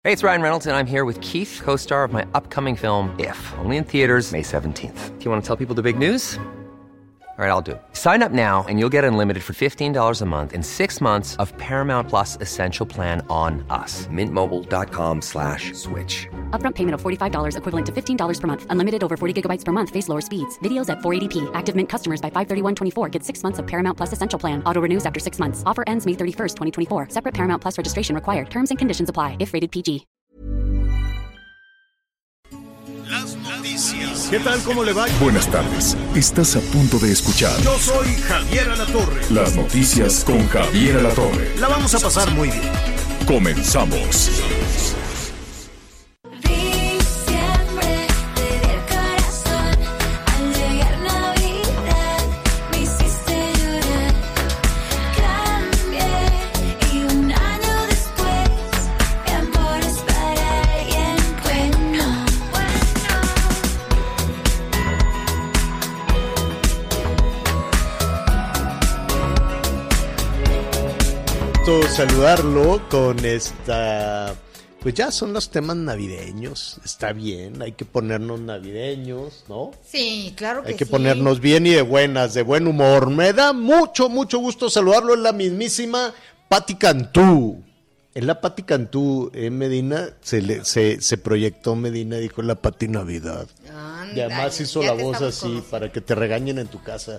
Hey, it's Ryan Reynolds, and I'm here with Keith, co-star of my upcoming film, If, only in theaters May 17th. Do you want to tell people the big news? All right, I'll do it. Sign up now and you'll get unlimited for $15 a month and 6 months of Paramount Plus Essential Plan on us. MintMobile.com/switch. Upfront payment of $45 equivalent to $15 per month. Unlimited over 40 gigabytes per month. Face lower speeds. Videos at 480p. Active Mint customers by 531.24 get 6 months of Paramount Plus Essential Plan. Auto renews after 6 months. Offer ends May 31st, 2024. Separate Paramount Plus registration required. Terms and conditions apply if rated PG. Las noticias. ¿Qué tal? ¿Cómo le va? Buenas tardes. Estás a punto de escuchar. Yo soy Javier Alatorre. Las noticias con Javier Alatorre. La vamos a pasar muy bien. Comenzamos. Saludarlo con esta, pues ya son los temas navideños, está bien, hay que ponernos navideños, ¿no? Sí, claro que sí. Hay que ponernos bien y de buenas, de buen humor. Me da mucho gusto saludarlo, es la mismísima Pati Cantú. Es la Pati Cantú, Medina, se proyectó Medina, dijo la Pati Navidad. Y además hizo la voz así, para que te regañen en tu casa.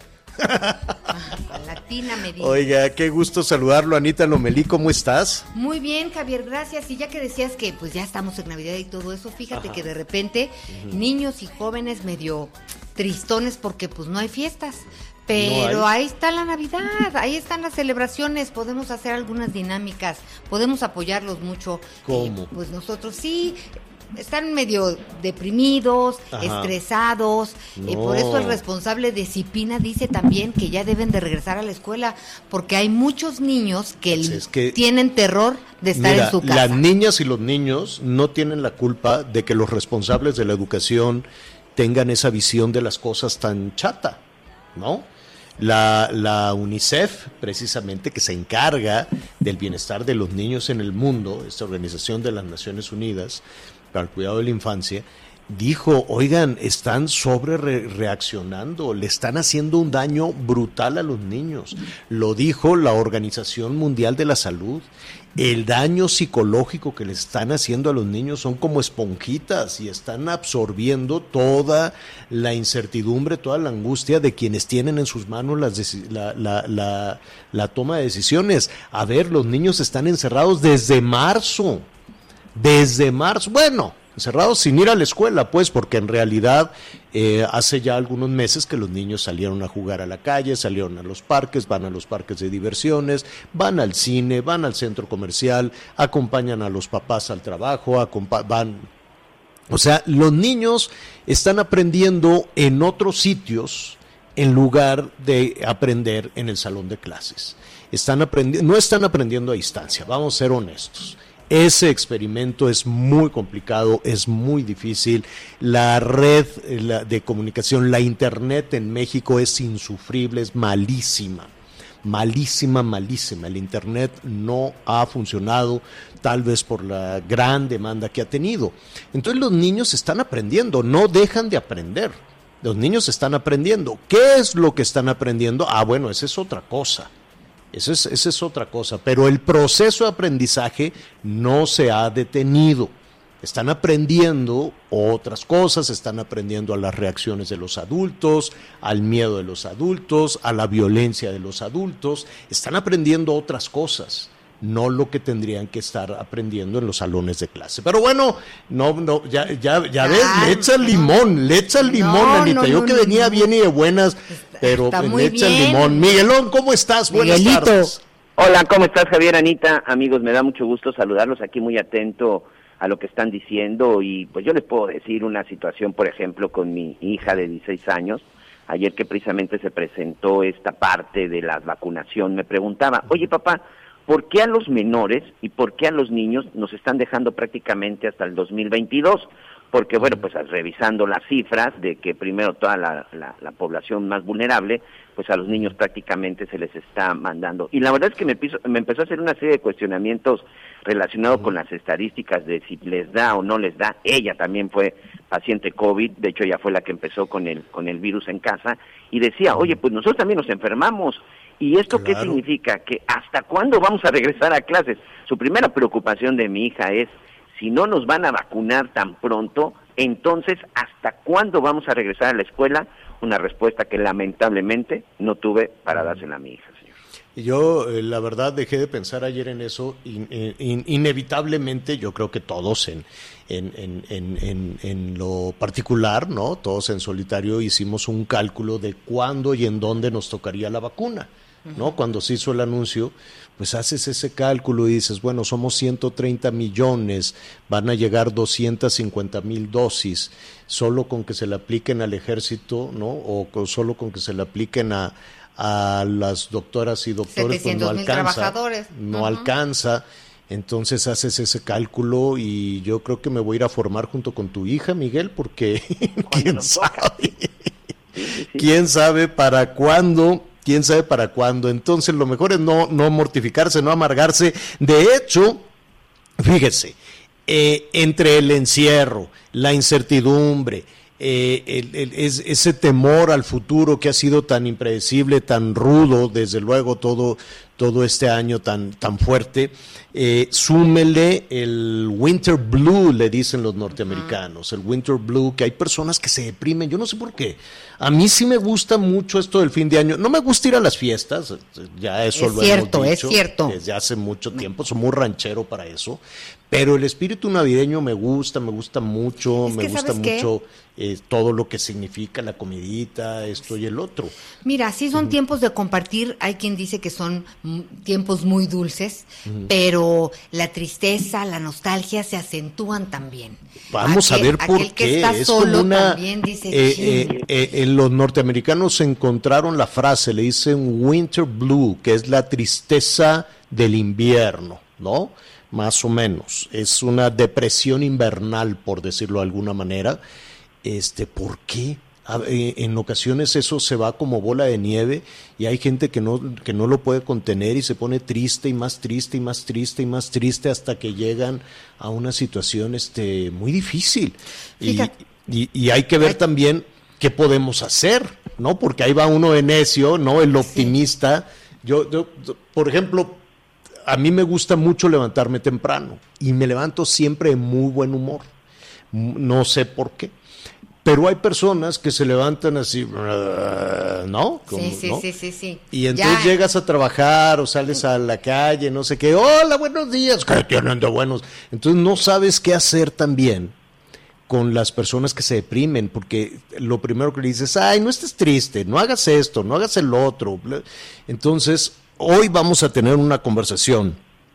Latina Medina. Oiga, qué gusto saludarlo, Anita Lomelí, ¿cómo estás? Muy bien, Javier, gracias. Y ya que decías que pues ya estamos en Navidad y todo eso, fíjate que de repente niños y jóvenes medio tristones porque pues no hay fiestas. Pero ahí está la Navidad, ahí están las celebraciones, podemos hacer algunas dinámicas, podemos apoyarlos mucho. ¿Cómo? Pues nosotros sí. Están medio deprimidos, estresados, por eso el responsable de Cipina dice también que ya deben de regresar a la escuela, porque hay muchos niños que tienen terror de estar en su casa. Las niñas y los niños no tienen la culpa de que los responsables de la educación tengan esa visión de las cosas tan chata, ¿no? La UNICEF, precisamente, que se encarga del bienestar de los niños en el mundo, esta organización de las Naciones Unidas para el cuidado de la infancia, dijo, oigan, están reaccionando, le están haciendo un daño brutal a los niños. Lo dijo la Organización Mundial de la Salud. El daño psicológico que le están haciendo a los niños son como esponjitas y están absorbiendo toda la incertidumbre, toda la angustia de quienes tienen en sus manos la toma de decisiones. A ver, los niños están encerrados desde marzo, bueno, encerrados sin ir a la escuela, pues, porque en realidad hace ya algunos meses que los niños salieron a jugar a la calle, salieron a los parques, van a los parques de diversiones, van al cine, van al centro comercial, acompañan a los papás al trabajo, o sea, los niños están aprendiendo en otros sitios en lugar de aprender en el salón de clases. No están aprendiendo a distancia, vamos a ser honestos. Ese experimento es muy complicado, es muy difícil. La red de comunicación, la internet en México es insufrible, es malísima. El internet no ha funcionado, tal vez por la gran demanda que ha tenido. Entonces los niños están aprendiendo, no dejan de aprender. Los niños están aprendiendo. ¿Qué es lo que están aprendiendo? Bueno, esa es otra cosa. Esa es otra cosa, pero el proceso de aprendizaje no se ha detenido. Están aprendiendo otras cosas, están aprendiendo a las reacciones de los adultos, al miedo de los adultos, a la violencia de los adultos. Están aprendiendo otras cosas, no lo que tendrían que estar aprendiendo en los salones de clase. Pero bueno, ya ves, le echa el limón, Anita. Yo que venía bien y de buenas, pero le echa el limón. Miguelón, ¿cómo estás? Buenas tardes. Hola, ¿cómo estás, Javier, Anita? Amigos, me da mucho gusto saludarlos aquí, muy atento a lo que están diciendo, y pues yo les puedo decir una situación, por ejemplo, con mi hija de 16 años, ayer que precisamente se presentó esta parte de la vacunación, me preguntaba, oye papá, ¿por qué a los menores y por qué a los niños nos están dejando prácticamente hasta el 2022? porque bueno, pues revisando las cifras de que primero toda la población más vulnerable, pues a los niños prácticamente se les está mandando. Y la verdad es que me empezó a hacer una serie de cuestionamientos relacionados con las estadísticas de si les da o no les da. Ella también fue paciente COVID, de hecho ella fue la que empezó con el virus en casa, y decía, oye, pues nosotros también nos enfermamos. ¿Y esto qué significa? Que ¿hasta cuándo vamos a regresar a clases? Su primera preocupación de mi hija es, si no nos van a vacunar tan pronto, entonces, ¿hasta cuándo vamos a regresar a la escuela? Una respuesta que lamentablemente no tuve para dársela a mi hija, señor. Y yo, la verdad, dejé de pensar ayer en eso. Inevitablemente, yo creo que todos en lo particular, ¿no? Todos en solitario hicimos un cálculo de cuándo y en dónde nos tocaría la vacuna, ¿no? Cuando se hizo el anuncio, pues haces ese cálculo y dices, bueno, somos 130 millones, van a llegar 250,000 dosis, solo con que se le apliquen al ejército, ¿no? O solo con que se le apliquen a las doctoras y doctores, pues no alcanza, no alcanza. Entonces haces ese cálculo y yo creo que me voy a ir a formar junto con tu hija, Miguel, porque quién sabe, quién sabe para cuándo. ¿Quién sabe para cuándo? Entonces lo mejor es no mortificarse, no amargarse. De hecho, fíjese, entre el encierro, la incertidumbre, ese temor al futuro que ha sido tan impredecible, tan rudo, desde luego todo este año tan fuerte, súmele el winter blue, le dicen los norteamericanos, el winter blue, que hay personas que se deprimen, yo no sé por qué. A mí sí me gusta mucho esto del fin de año, no me gusta ir a las fiestas, ya eso lo hemos dicho, es cierto. Desde hace mucho tiempo, soy muy ranchero para eso, pero el espíritu navideño me gusta mucho, me gusta mucho todo lo que significa la comidita, esto y el otro. Mira, sí son tiempos de compartir, hay quien dice que son tiempos muy dulces, pero la tristeza, la nostalgia se acentúan también. Vamos a ver por qué. Que está es solo como una, también dice los norteamericanos encontraron la frase, le dicen winter blue, que es la tristeza del invierno, ¿no? Más o menos, es una depresión invernal, por decirlo de alguna manera. ¿Por qué? En ocasiones eso se va como bola de nieve y hay gente que no lo puede contener y se pone triste y más triste y más triste y más triste hasta que llegan a una situación muy difícil. Y hay que ver también qué podemos hacer, ¿no? Porque ahí va uno de necio, ¿no? El optimista. Yo, por ejemplo, a mí me gusta mucho levantarme temprano y me levanto siempre de muy buen humor. No sé por qué. Pero hay personas que se levantan así, ¿no? Como, sí. Y entonces llegas a trabajar o sales a la calle, no sé qué. Hola, buenos días. ¿Qué tienen de buenos? Entonces no sabes qué hacer también con las personas que se deprimen, porque lo primero que le dices, ay, no estés triste, no hagas esto, no hagas el otro. Entonces, hoy vamos a tener una conversación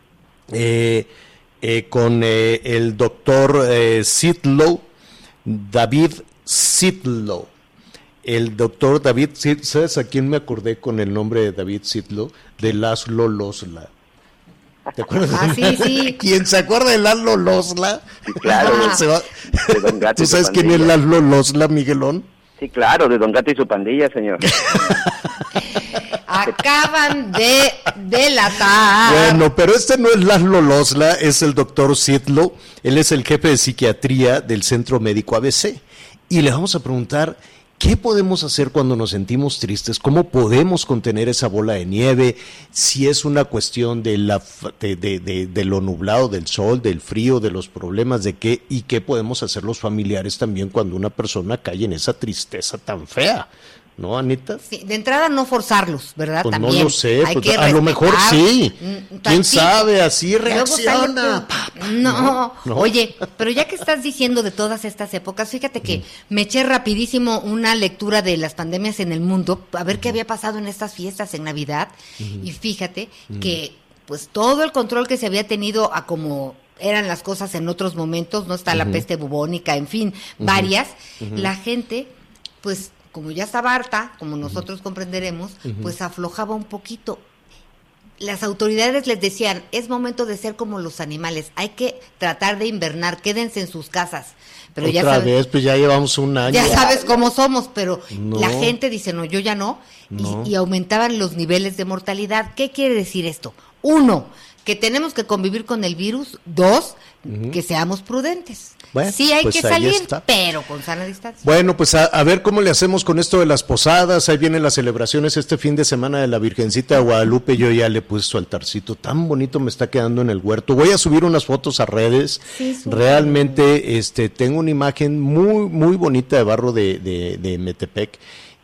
con el doctor Sidlow, David Sidlow. El doctor David Sidlow, ¿sabes a quién me acordé con el nombre de David Sidlow? De Laszlo Losla. ¿Te acuerdas? Sí. ¿Quién se acuerda de Laszlo Losla? Claro. De Don Gato. ¿Tú sabes quién es Laszlo Losla, Miguelón? Sí, claro, de Don Gato y su pandilla, señor. Acaban de delatar. Bueno, pero no es Laszlo Losla, es el doctor Sidlow. Él es el jefe de psiquiatría del Centro Médico ABC. Y le vamos a preguntar, ¿qué podemos hacer cuando nos sentimos tristes? ¿Cómo podemos contener esa bola de nieve? Si es una cuestión de lo nublado, del sol, del frío, de los problemas, de qué, y qué podemos hacer los familiares también cuando una persona cae en esa tristeza tan fea. ¿No, Anita? Sí, de entrada no forzarlos, ¿verdad? Pues también no lo sé, hay pues que a lo mejor sí. ¿Quién sabe? Así reacciona. No, oye, pero ya que estás diciendo de todas estas épocas, fíjate que me eché rapidísimo una lectura de las pandemias en el mundo, a ver qué había pasado en estas fiestas en Navidad, y fíjate que pues todo el control que se había tenido a como eran las cosas en otros momentos, no está la peste bubónica, en fin, varias, la gente, pues como ya estaba harta, como nosotros comprenderemos, pues aflojaba un poquito. las autoridades les decían, es momento de ser como los animales, hay que tratar de invernar, quédense en sus casas. Pero Otra ya sabes, vez, pues ya llevamos un año. ya sabes cómo somos, pero No. la gente dice, no, yo ya no, y aumentaban los niveles de mortalidad. ¿Qué quiere decir esto? 1, que tenemos que convivir con el virus. 2, que seamos prudentes. Bueno, sí hay pues que ahí salir, está. pero con sana distancia. Bueno, pues a ver cómo le hacemos con esto de las posadas. Ahí vienen las celebraciones este fin de semana de la Virgencita de Guadalupe. Yo ya le he puesto su altarcito, tan bonito me está quedando en el huerto. Voy a subir unas fotos a redes. Sí, Realmente tengo una imagen muy muy bonita de barro de Metepec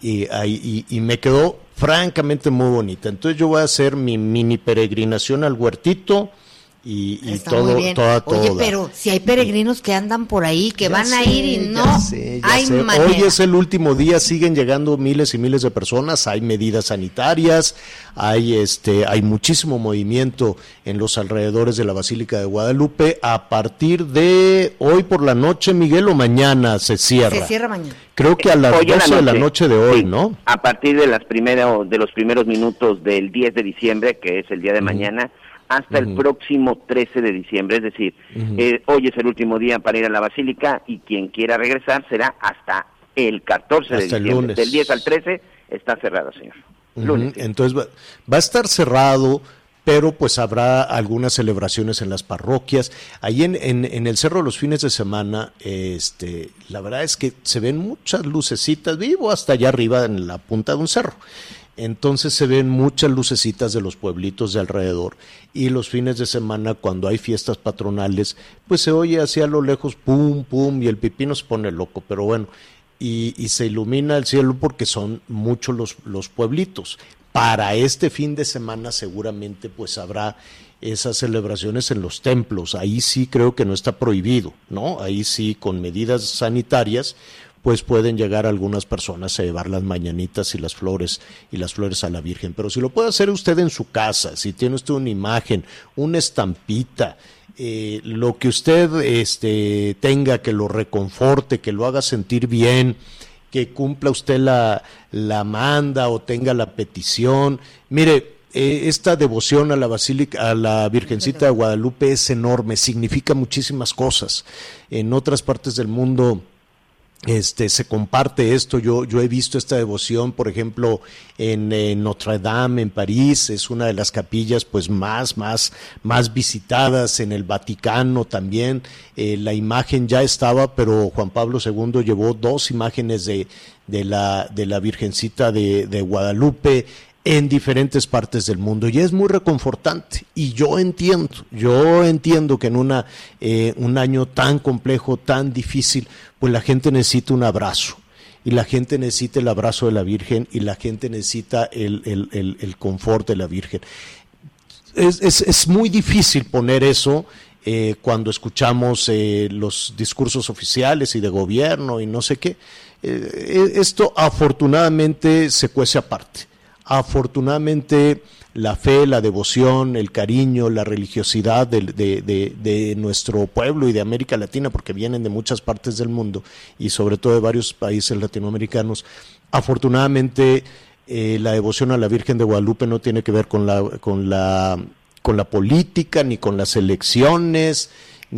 y me quedó francamente muy bonita. Entonces yo voy a hacer mi mini peregrinación al huertito. Y Está muy todo, bien. toda. Oye, pero si hay peregrinos que andan por ahí, que van a ir y no hay manera. Hoy es el último día, siguen llegando miles y miles de personas, hay medidas sanitarias, hay muchísimo movimiento en los alrededores de la Basílica de Guadalupe. A partir de hoy por la noche, Miguel, o mañana se cierra. Se cierra mañana. Creo que a las Hoy en 12 de la noche de hoy, sí, ¿no? A partir de de los primeros minutos del 10 de diciembre, que es el día de mañana, hasta el próximo 13 de diciembre, es decir, hoy es el último día para ir a la Basílica y quien quiera regresar será hasta el 14 de Hasta el diciembre. lunes. Del 10 al 13 está cerrado, señor. Lunes. Entonces va a estar cerrado, pero pues habrá algunas celebraciones en las parroquias. Ahí en el Cerro los fines de semana, la verdad es que se ven muchas lucecitas, vivo hasta allá arriba en la punta de un cerro. Entonces se ven muchas lucecitas de los pueblitos de alrededor, y los fines de semana, cuando hay fiestas patronales, pues se oye hacia lo lejos pum, pum, y el pipino se pone loco, pero bueno, y se ilumina el cielo porque son muchos los pueblitos. Para este fin de semana seguramente pues habrá esas celebraciones en los templos. Ahí sí creo que no está prohibido, ¿no? Ahí sí, con medidas sanitarias, pues pueden llegar algunas personas a llevar las mañanitas y las flores a la Virgen. Pero si lo puede hacer usted en su casa, si tiene usted una imagen, una estampita, lo que usted tenga que lo reconforte, que lo haga sentir bien, que cumpla usted la manda o tenga la petición. Mire, esta devoción a la Basílica, a la Virgencita de Guadalupe es enorme, significa muchísimas cosas. En otras partes del mundo se comparte esto. Yo he visto esta devoción, por ejemplo, en Notre Dame, en París. Es una de las capillas pues más visitadas. En el Vaticano también. La imagen ya estaba, pero Juan Pablo II llevó 2 imágenes de la Virgencita de Guadalupe en diferentes partes del mundo, y es muy reconfortante. Y yo entiendo que en un año tan complejo, tan difícil, pues la gente necesita un abrazo, y la gente necesita el abrazo de la Virgen, y la gente necesita el confort de la Virgen. Es muy difícil poner eso cuando escuchamos los discursos oficiales y de gobierno y no sé qué. Esto afortunadamente se cuece aparte. Afortunadamente la fe, la devoción, el cariño, la religiosidad de nuestro pueblo y de América Latina, porque vienen de muchas partes del mundo y sobre todo de varios países latinoamericanos, afortunadamente la devoción a la Virgen de Guadalupe no tiene que ver con la política, ni con las elecciones,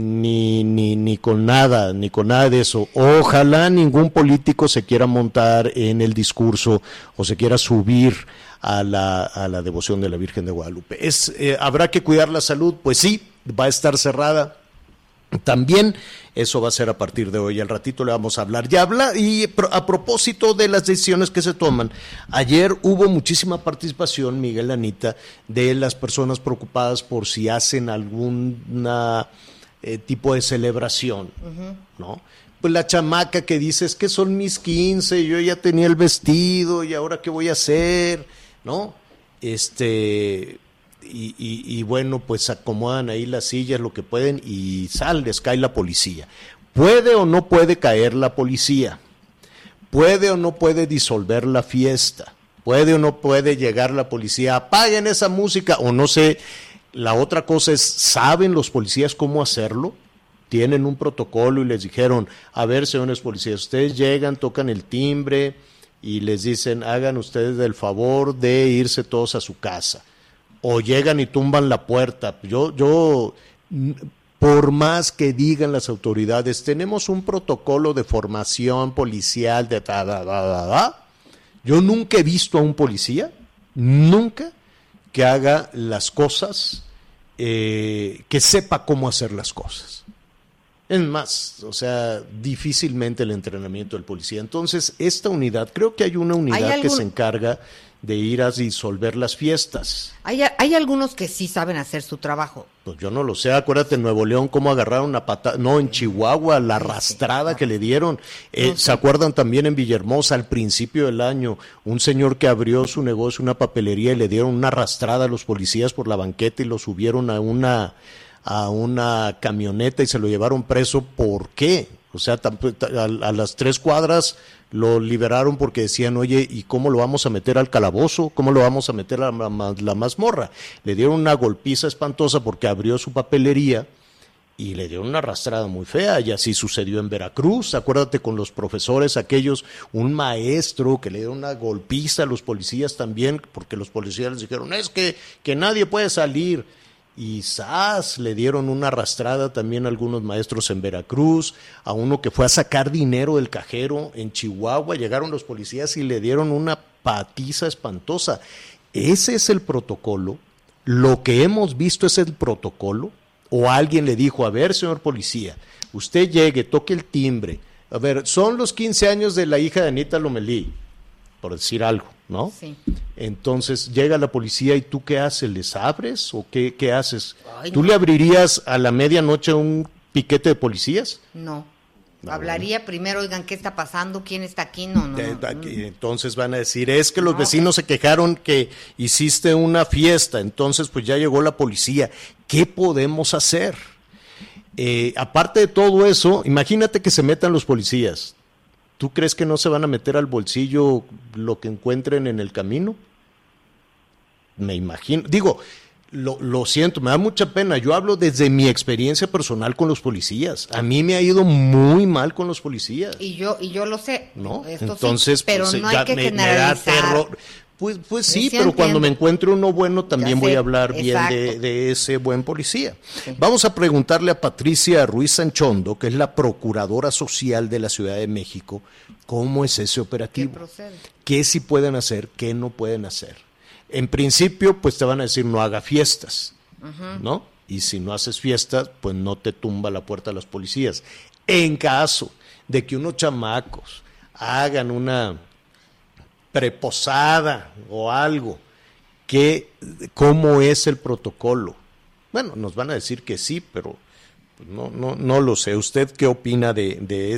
ni con nada de eso. Ojalá ningún político se quiera montar en el discurso o se quiera subir a la devoción de la Virgen de Guadalupe. ¿Habrá que cuidar la salud? Pues sí, va a estar cerrada también. Eso va a ser a partir de hoy. Al ratito le vamos a hablar. Y a propósito de las decisiones que se toman, ayer hubo muchísima participación, Miguel, Anita, de las personas preocupadas por si hacen alguna tipo de celebración, ¿no? Pues la chamaca que dice, es que son mis 15, yo ya tenía el vestido y ahora qué voy a hacer, ¿no? Y bueno, pues acomodan ahí las sillas lo que pueden y les cae la policía. ¿Puede o no puede caer la policía? ¿Puede o no puede disolver la fiesta? ¿Puede o no puede llegar la policía? Apaguen esa música, o no sé. La otra cosa es, ¿saben los policías cómo hacerlo? Tienen un protocolo y les dijeron, a ver, señores policías, ustedes llegan, tocan el timbre y les dicen, hagan ustedes el favor de irse todos a su casa. o llegan y tumban la puerta. Yo por más que digan las autoridades, tenemos un protocolo de formación policial de yo nunca he visto a un policía, nunca, que haga las cosas, que sepa cómo hacer las cosas. Es más, o sea, difícilmente el entrenamiento del policía. Entonces, esta unidad, creo que hay una unidad que se encarga de ir a disolver las fiestas. Hay algunos que sí saben hacer su trabajo. Pues yo no lo sé, acuérdate en Nuevo León cómo agarraron una patada, no, en Chihuahua, la arrastrada que le dieron. ¿Se acuerdan también en Villahermosa al principio del año? Un señor que abrió su negocio, una papelería, y le dieron una arrastrada a los policías por la banqueta y lo subieron a una camioneta y se lo llevaron preso. ¿Por qué? O sea, a las 3 cuadras lo liberaron porque decían, oye, ¿y cómo lo vamos a meter al calabozo? ¿Cómo lo vamos a meter a la mazmorra? Le dieron una golpiza espantosa porque abrió su papelería y le dieron una arrastrada muy fea, y así sucedió en Veracruz. Acuérdate con los profesores aquellos, un maestro que le dio una golpiza a los policías también, porque los policías les dijeron, es que nadie puede salir. Y ¡zas! Le dieron una arrastrada también a algunos maestros en Veracruz, a uno que fue a sacar dinero del cajero en Chihuahua, llegaron los policías y le dieron una patiza espantosa. Ese es el protocolo, lo que hemos visto es el protocolo, o alguien le dijo, a ver, señor policía, usted llegue, toque el timbre, a ver, son los 15 años de la hija de Anita Lomelí, por decir algo, ¿no? Sí. Entonces llega la policía y ¿tú qué haces? ¿Les abres o qué haces? Ay, ¿tú le abrirías a la medianoche un piquete de policías? No. Hablaría primero, oigan, ¿qué está pasando? ¿Quién está aquí? No. Entonces van a decir, es que los vecinos se quejaron que hiciste una fiesta, entonces pues ya llegó la policía. ¿Qué podemos hacer? Aparte de todo eso, imagínate que se metan los policías. ¿Tú crees que no se van a meter al bolsillo lo que encuentren en el camino? Me imagino. Digo, lo siento, me da mucha pena. Yo hablo desde mi experiencia personal con los policías. A mí me ha ido muy mal con los policías. Y yo lo sé. ¿No? Entonces, sí, pero pues, no hay que me da terror. Pues sí, pero cuando me encuentre uno bueno también voy a hablar bien de ese buen policía. Sí. Vamos a preguntarle a Patricia Ruiz Sanchondo, que es la Procuradora Social de la Ciudad de México, ¿cómo es ese operativo? ¿Qué sí pueden hacer? ¿Qué no pueden hacer? En principio, pues te van a decir no haga fiestas, ¿no? Y si no haces fiestas, pues no te tumba la puerta a los policías. En caso de que unos chamacos hagan una preposada o algo, ¿cómo es el protocolo? Bueno, nos van a decir que sí, pero no lo sé. ¿Usted qué opina de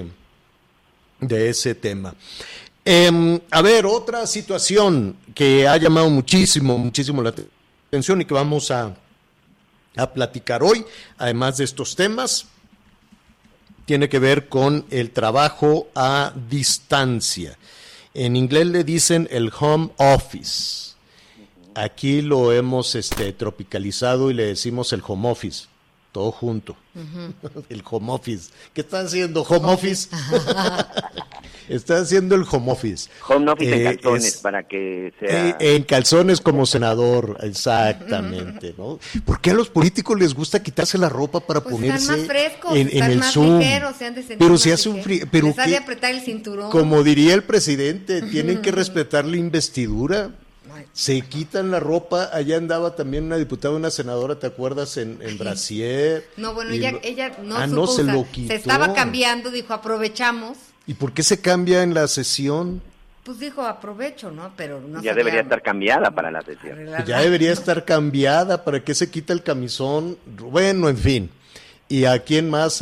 ese tema? A ver, otra situación que ha llamado muchísimo la atención y que vamos a platicar hoy, además de estos temas, tiene que ver con el trabajo a distancia. En inglés le dicen el home office. Aquí lo hemos tropicalizado y le decimos el home office, todo junto. El home office. ¿Qué está haciendo home office? Está haciendo el home office. Home office en calzones, para que sea... En calzones como senador, exactamente, ¿no? ¿Por qué a los políticos les gusta quitarse la ropa para ponerse están más frescos, en el más Zoom? Ligeros, se han de sentir pero más si hace un frío... Pero les ha de apretar el cinturón. Como diría el presidente, tienen que respetar la investidura. Se quitan la ropa. Allá andaba también una diputada, una senadora, ¿te acuerdas? En brasier. No, bueno, ella no supo se lo quitó. Se estaba cambiando, dijo, aprovechamos. ¿Y por qué se cambia en la sesión? Pues dijo, aprovecho, ¿no? Pero no ya debería estar cambiada para la sesión. Ya debería estar cambiada. ¿Para qué se quita el camisón? Bueno, en fin. ¿Y a quién más?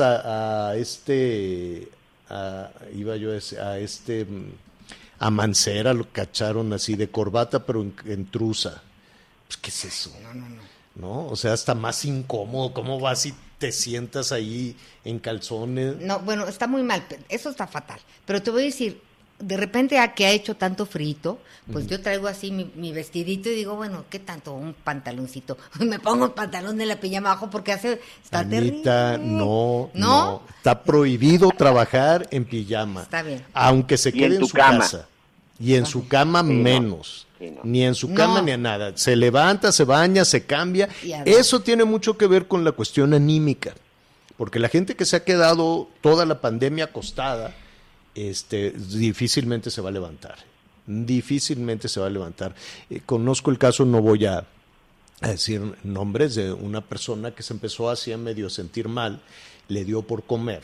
A Mancera lo cacharon así de corbata, pero en trusa. Pues, ¿qué es eso? No, o sea, está más incómodo. ¿Cómo vas y te sientas ahí en calzones? No, bueno, está muy mal. Eso está fatal. Pero te voy a decir, de repente que ha hecho tanto frito, pues yo traigo así mi vestidito y digo, bueno, ¿qué tanto? Un pantaloncito. Me pongo el pantalón de la pijama abajo porque está Anita, terrible. No. Está prohibido trabajar en pijama. Está bien. Aunque se quede en su casa. Y en su cama menos. Sí, no. Ni en su cama, ni a nada. Se levanta, se baña, se cambia. Eso tiene mucho que ver con la cuestión anímica. Porque la gente que se ha quedado toda la pandemia acostada, difícilmente se va a levantar. Difícilmente se va a levantar. Conozco el caso, no voy a decir nombres, de una persona que se empezó así a medio sentir mal, le dio por comer.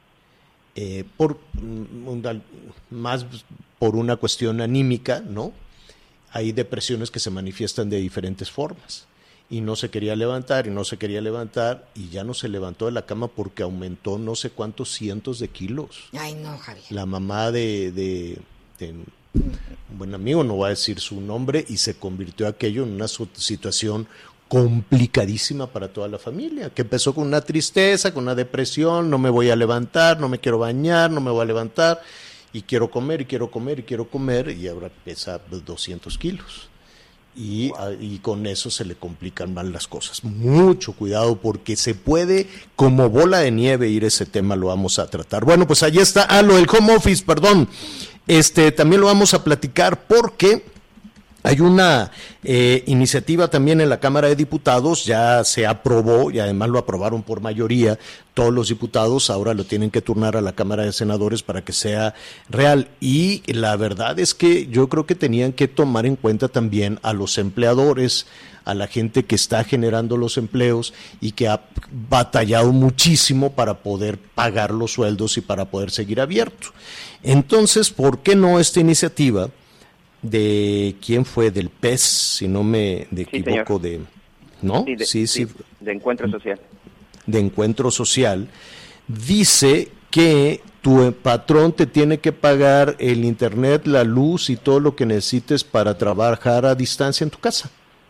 Más por una cuestión anímica, ¿no? Hay depresiones que se manifiestan de diferentes formas. Y no se quería levantar, y ya no se levantó de la cama porque aumentó no sé cuántos cientos de kilos. Ay, no, Javier. La mamá de un buen amigo, no voy a decir su nombre, y se convirtió aquello en una situación complicadísima para toda la familia, que empezó con una tristeza, con una depresión, no me voy a levantar, no me quiero bañar, no me voy a levantar, y quiero comer, y ahora pesa 200 kilos. Y con eso se le complican más las cosas. Mucho cuidado, porque se puede como bola de nieve ir ese tema, lo vamos a tratar. Bueno, pues ahí está, lo del home office, perdón. También lo vamos a platicar porque hay una iniciativa también en la Cámara de Diputados, ya se aprobó y además lo aprobaron por mayoría todos los diputados, ahora lo tienen que turnar a la Cámara de Senadores para que sea real. Y la verdad es que yo creo que tenían que tomar en cuenta también a los empleadores, a la gente que está generando los empleos y que ha batallado muchísimo para poder pagar los sueldos y para poder seguir abierto. Entonces, ¿por qué no esta iniciativa de quién fue? Del PES, si no me equivoco, señor. ¿No? Sí, de Encuentro Social. De Encuentro Social, dice que tu patrón te tiene que pagar el internet, la luz y todo lo que necesites para trabajar a distancia en tu casa.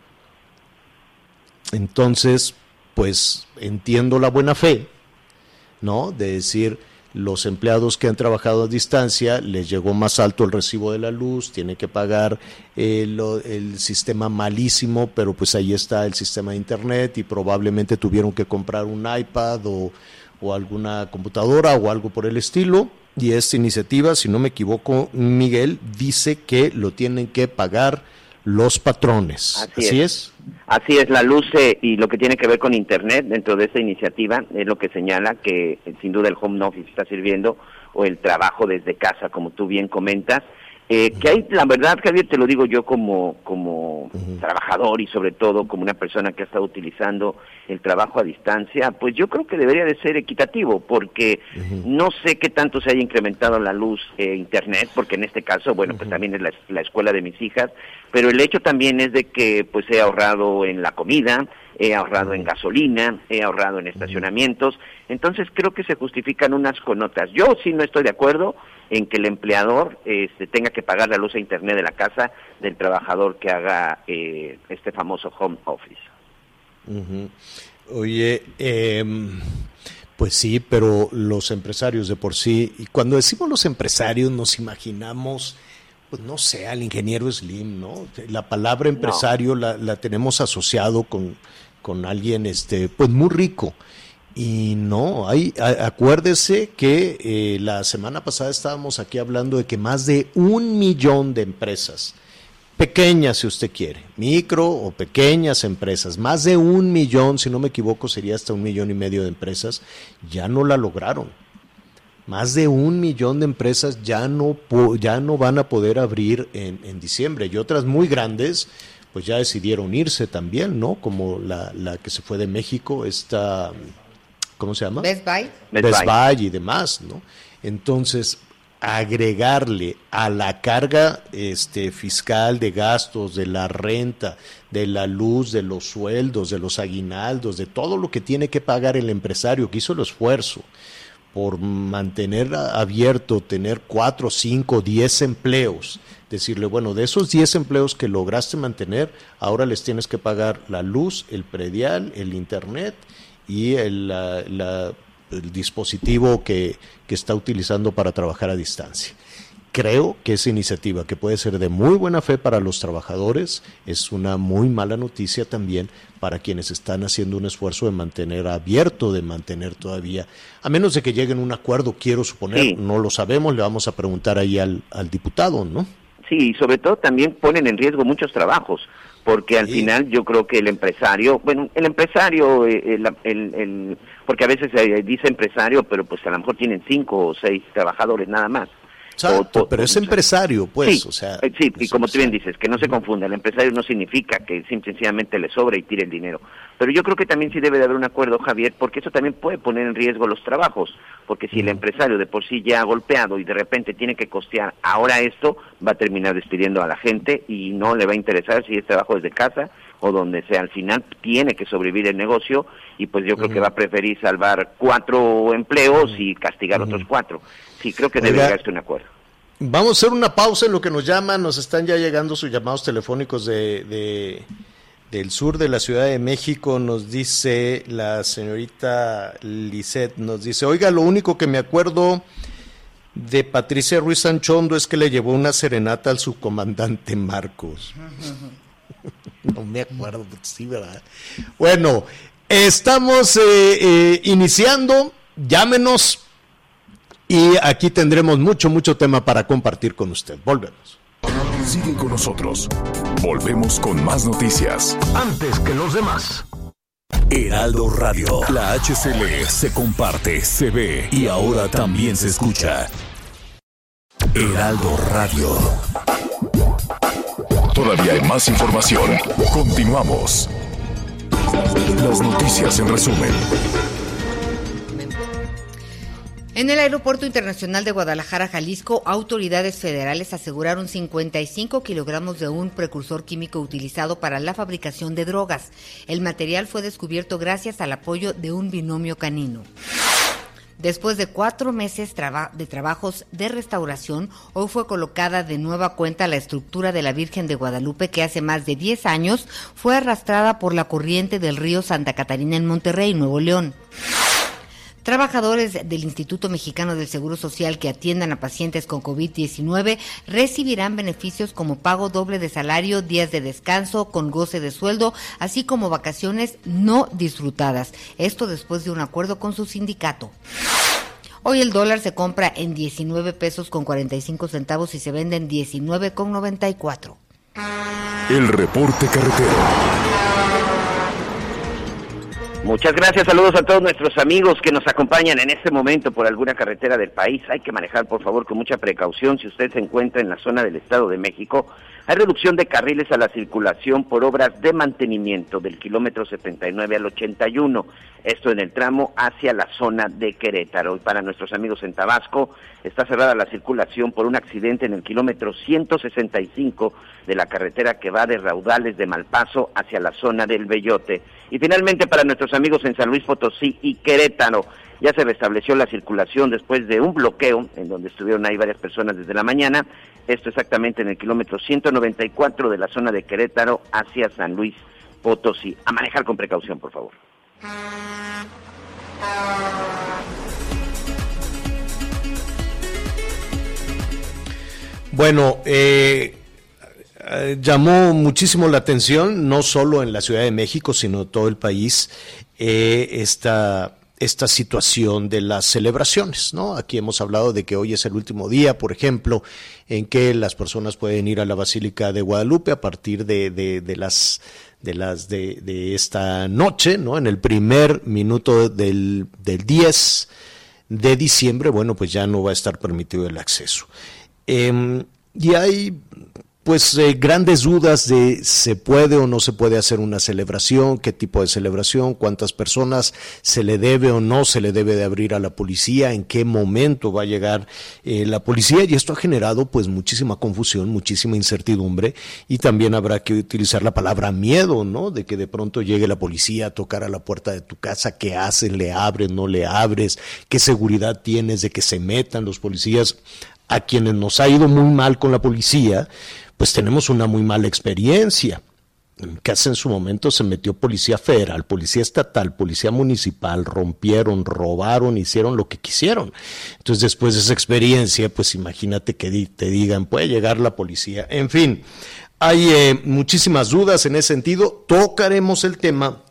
Entonces, pues entiendo la buena fe, ¿no? De decir, los empleados que han trabajado a distancia, les llegó más alto el recibo de la luz, tiene que pagar el sistema malísimo, pero pues ahí está el sistema de internet y probablemente tuvieron que comprar un iPad o alguna computadora o algo por el estilo. Y esta iniciativa, si no me equivoco, Miguel, dice que lo tienen que pagar los patrones. ¿Así es? Así es, la luz y lo que tiene que ver con internet dentro de esta iniciativa es lo que señala que sin duda el home office está sirviendo, o el trabajo desde casa, como tú bien comentas. Que hay, la verdad, Javier, te lo digo yo como trabajador y sobre todo como una persona que ha estado utilizando el trabajo a distancia, pues yo creo que debería de ser equitativo, porque no sé qué tanto se haya incrementado la luz internet, porque en este caso, bueno, pues también es la escuela de mis hijas, pero el hecho también es de que pues he ahorrado en la comida, he ahorrado en gasolina, he ahorrado en estacionamientos, entonces creo que se justifican unas con otras. Yo sí no estoy de acuerdo en que el empleador tenga que pagar la luz e internet de la casa del trabajador que haga este famoso home office. Oye, pues sí, pero los empresarios de por sí, y cuando decimos los empresarios nos imaginamos, pues no sé, al ingeniero Slim, ¿no? La palabra empresario la tenemos asociado con alguien pues muy rico. Y no, acuérdese que la semana pasada estábamos aquí hablando de que más de 1 millón de empresas, pequeñas si usted quiere, micro o pequeñas empresas, más de 1 millón, si no me equivoco sería hasta 1,5 millones de empresas, ya no la lograron. Más de 1 millón de empresas ya no van a poder abrir en diciembre, y otras muy grandes pues ya decidieron irse también, ¿no? Como la que se fue de México, esta... ¿Cómo se llama? Best Buy. Best Buy y demás, ¿no? Entonces, agregarle a la carga fiscal de gastos, de la renta, de la luz, de los sueldos, de los aguinaldos, de todo lo que tiene que pagar el empresario que hizo el esfuerzo por mantener abierto, tener 4, 5, 10 empleos, decirle, bueno, de esos 10 empleos que lograste mantener, ahora les tienes que pagar la luz, el predial, el internet y el dispositivo que está utilizando para trabajar a distancia. Creo que esa iniciativa, que puede ser de muy buena fe para los trabajadores, es una muy mala noticia también para quienes están haciendo un esfuerzo de mantener abierto, de mantener todavía, a menos de que lleguen a un acuerdo, quiero suponer, no lo sabemos, le vamos a preguntar ahí al diputado, ¿no? Sí, y sobre todo también ponen en riesgo muchos trabajos, porque al final yo creo que el empresario, porque a veces dice empresario, pero pues a lo mejor tienen 5 o 6 trabajadores nada más. Exacto, pero es empresario, pues, sí, o sea... Sí, y como tú bien dices, que no se confunda, el empresario no significa que sencillamente le sobre y tire el dinero. Pero yo creo que también sí debe de haber un acuerdo, Javier, porque eso también puede poner en riesgo los trabajos, porque si el empresario de por sí ya ha golpeado y de repente tiene que costear ahora esto, va a terminar despidiendo a la gente y no le va a interesar si es trabajo desde casa o donde sea. Al final tiene que sobrevivir el negocio y pues yo creo que va a preferir salvar 4 empleos y castigar otros 4. Sí, creo que debe llegarse a un acuerdo. Vamos a hacer una pausa en lo que nos llaman, nos están ya llegando sus llamados telefónicos del sur de la Ciudad de México. Nos dice la señorita Lisette, nos dice, oiga, lo único que me acuerdo de Patricia Ruiz Sanchondo es que le llevó una serenata al subcomandante Marcos. No me acuerdo, sí, ¿verdad? Bueno, estamos iniciando, llámenos. Y aquí tendremos mucho tema para compartir con usted. Volvemos. Sigue con nosotros. Volvemos con más noticias. Antes que los demás. Heraldo Radio. La HCL se comparte, se ve y ahora también se escucha. Heraldo Radio. Todavía hay más información. Continuamos. Las noticias en resumen. En el Aeropuerto Internacional de Guadalajara, Jalisco, autoridades federales aseguraron 55 kilogramos de un precursor químico utilizado para la fabricación de drogas. El material fue descubierto gracias al apoyo de un binomio canino. Después de 4 meses de trabajos de restauración, hoy fue colocada de nueva cuenta la estructura de la Virgen de Guadalupe que hace más de 10 años fue arrastrada por la corriente del río Santa Catarina en Monterrey, Nuevo León. Trabajadores del Instituto Mexicano del Seguro Social que atiendan a pacientes con COVID-19 recibirán beneficios como pago doble de salario, días de descanso con goce de sueldo, así como vacaciones no disfrutadas. Esto después de un acuerdo con su sindicato. Hoy el dólar se compra en 19 pesos con 45 centavos y se vende en 19 con 94. El reporte carretero. Muchas gracias, saludos a todos nuestros amigos que nos acompañan en este momento por alguna carretera del país. Hay que manejar, por favor, con mucha precaución. Si usted se encuentra en la zona del Estado de México, hay reducción de carriles a la circulación por obras de mantenimiento del kilómetro 79 al 81, esto en el tramo hacia la zona de Querétaro. Y para nuestros amigos en Tabasco, está cerrada la circulación por un accidente en el kilómetro 165 de la carretera que va de Raudales de Malpaso hacia la zona del Bellote. Y finalmente para nuestros amigos en San Luis Potosí y Querétaro, ya se restableció la circulación después de un bloqueo en donde estuvieron ahí varias personas desde la mañana, esto exactamente en el kilómetro 194 de la zona de Querétaro hacia San Luis Potosí. A manejar con precaución, por favor. Bueno, llamó muchísimo la atención, no solo en la Ciudad de México, sino en todo el país, esta situación de las celebraciones, ¿no? Aquí hemos hablado de que hoy es el último día, por ejemplo, en que las personas pueden ir a la Basílica de Guadalupe a partir de esta noche, ¿no? En el primer minuto del 10 de diciembre, bueno, pues ya no va a estar permitido el acceso. Y hay pues grandes dudas de se puede o no se puede hacer una celebración, qué tipo de celebración, cuántas personas se le debe o no se le debe de abrir a la policía, en qué momento va a llegar la policía, y esto ha generado pues muchísima confusión, muchísima incertidumbre, y también habrá que utilizar la palabra miedo, ¿no? De que de pronto llegue la policía a tocar a la puerta de tu casa, ¿qué haces? ¿Le abres? ¿No le abres? ¿Qué seguridad tienes de que se metan los policías? A quienes nos ha ido muy mal con la policía, pues tenemos una muy mala experiencia. En casa en su momento se metió policía federal, policía estatal, policía municipal, rompieron, robaron, hicieron lo que quisieron. Entonces después de esa experiencia, pues imagínate que te digan, puede llegar la policía. En fin, hay muchísimas dudas en ese sentido. Tocaremos el tema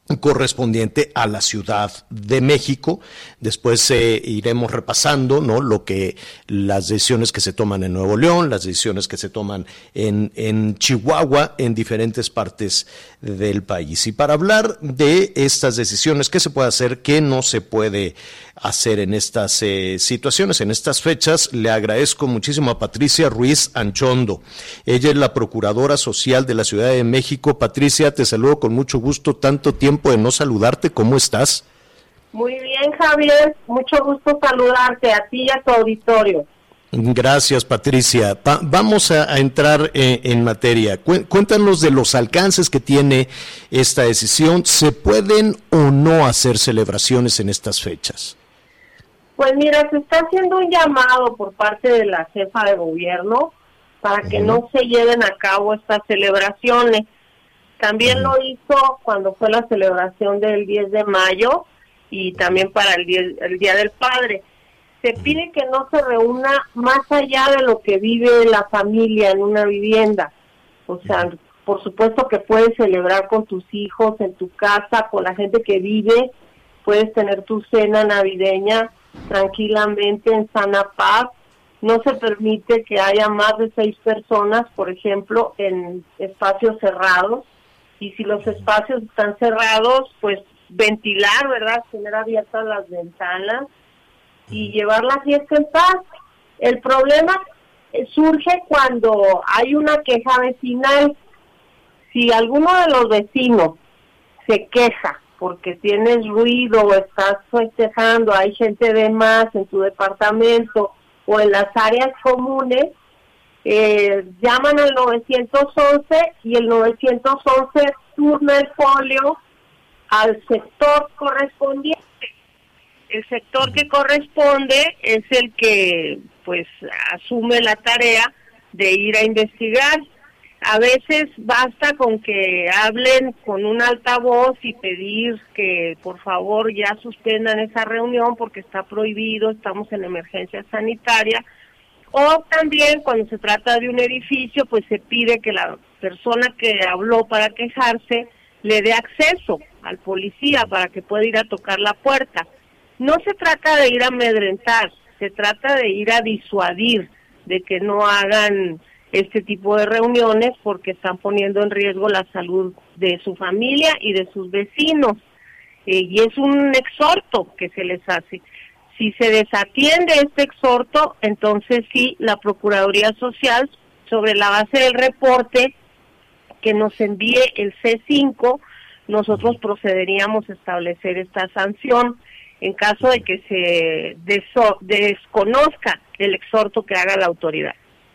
correspondiente a la Ciudad de México. Después iremos repasando, ¿no?, las decisiones que se toman en Nuevo León, las decisiones que se toman en Chihuahua, en diferentes partes del país. Y para hablar de estas decisiones, qué se puede hacer, qué no se puede hacer en estas situaciones, en estas fechas, le agradezco muchísimo a Patricia Ruiz Anchondo. Ella es la Procuradora Social de la Ciudad de México. Patricia, te saludo con mucho gusto, tanto tiempo de no saludarte, ¿cómo estás? Muy bien, Javier, mucho gusto saludarte a ti y a tu auditorio. Gracias, Patricia. Vamos a entrar en materia. Cuéntanos de los alcances que tiene esta decisión. ¿Se pueden o no hacer celebraciones en estas fechas? Pues mira, se está haciendo un llamado por parte de la jefa de gobierno para que no se lleven a cabo estas celebraciones. También lo hizo cuando fue la celebración del 10 de mayo y también para el Día del Padre. Se pide que no se reúna más allá de lo que vive la familia en una vivienda. O sea, por supuesto que puedes celebrar con tus hijos, en tu casa, con la gente que vive. Puedes tener tu cena navideña tranquilamente, en sana paz. No se permite que haya más de 6 personas, por ejemplo, en espacios cerrados. Y si los espacios están cerrados, pues ventilar, ¿verdad? Tener abiertas las ventanas y llevar la fiesta en paz. El problema surge cuando hay una queja vecinal. Si alguno de los vecinos se queja porque tienes ruido o estás festejando, hay gente de más en tu departamento o en las áreas comunes, llaman al 911 y el 911 turna el folio al sector correspondiente. El sector que corresponde es el que pues asume la tarea de ir a investigar. A veces basta con que hablen con un altavoz y pedir que por favor ya suspendan esa reunión porque está prohibido, estamos en emergencia sanitaria. O también cuando se trata de un edificio, pues se pide que la persona que habló para quejarse le dé acceso al policía para que pueda ir a tocar la puerta. No se trata de ir a amedrentar, se trata de ir a disuadir, de que no hagan este tipo de reuniones porque están poniendo en riesgo la salud de su familia y de sus vecinos. Y es un exhorto que se les hace. Si se desatiende este exhorto, entonces sí, la Procuraduría Social, sobre la base del reporte que nos envíe el C5, nosotros procederíamos a establecer esta sanción en caso de que se desconozca el exhorto que haga la autoridad.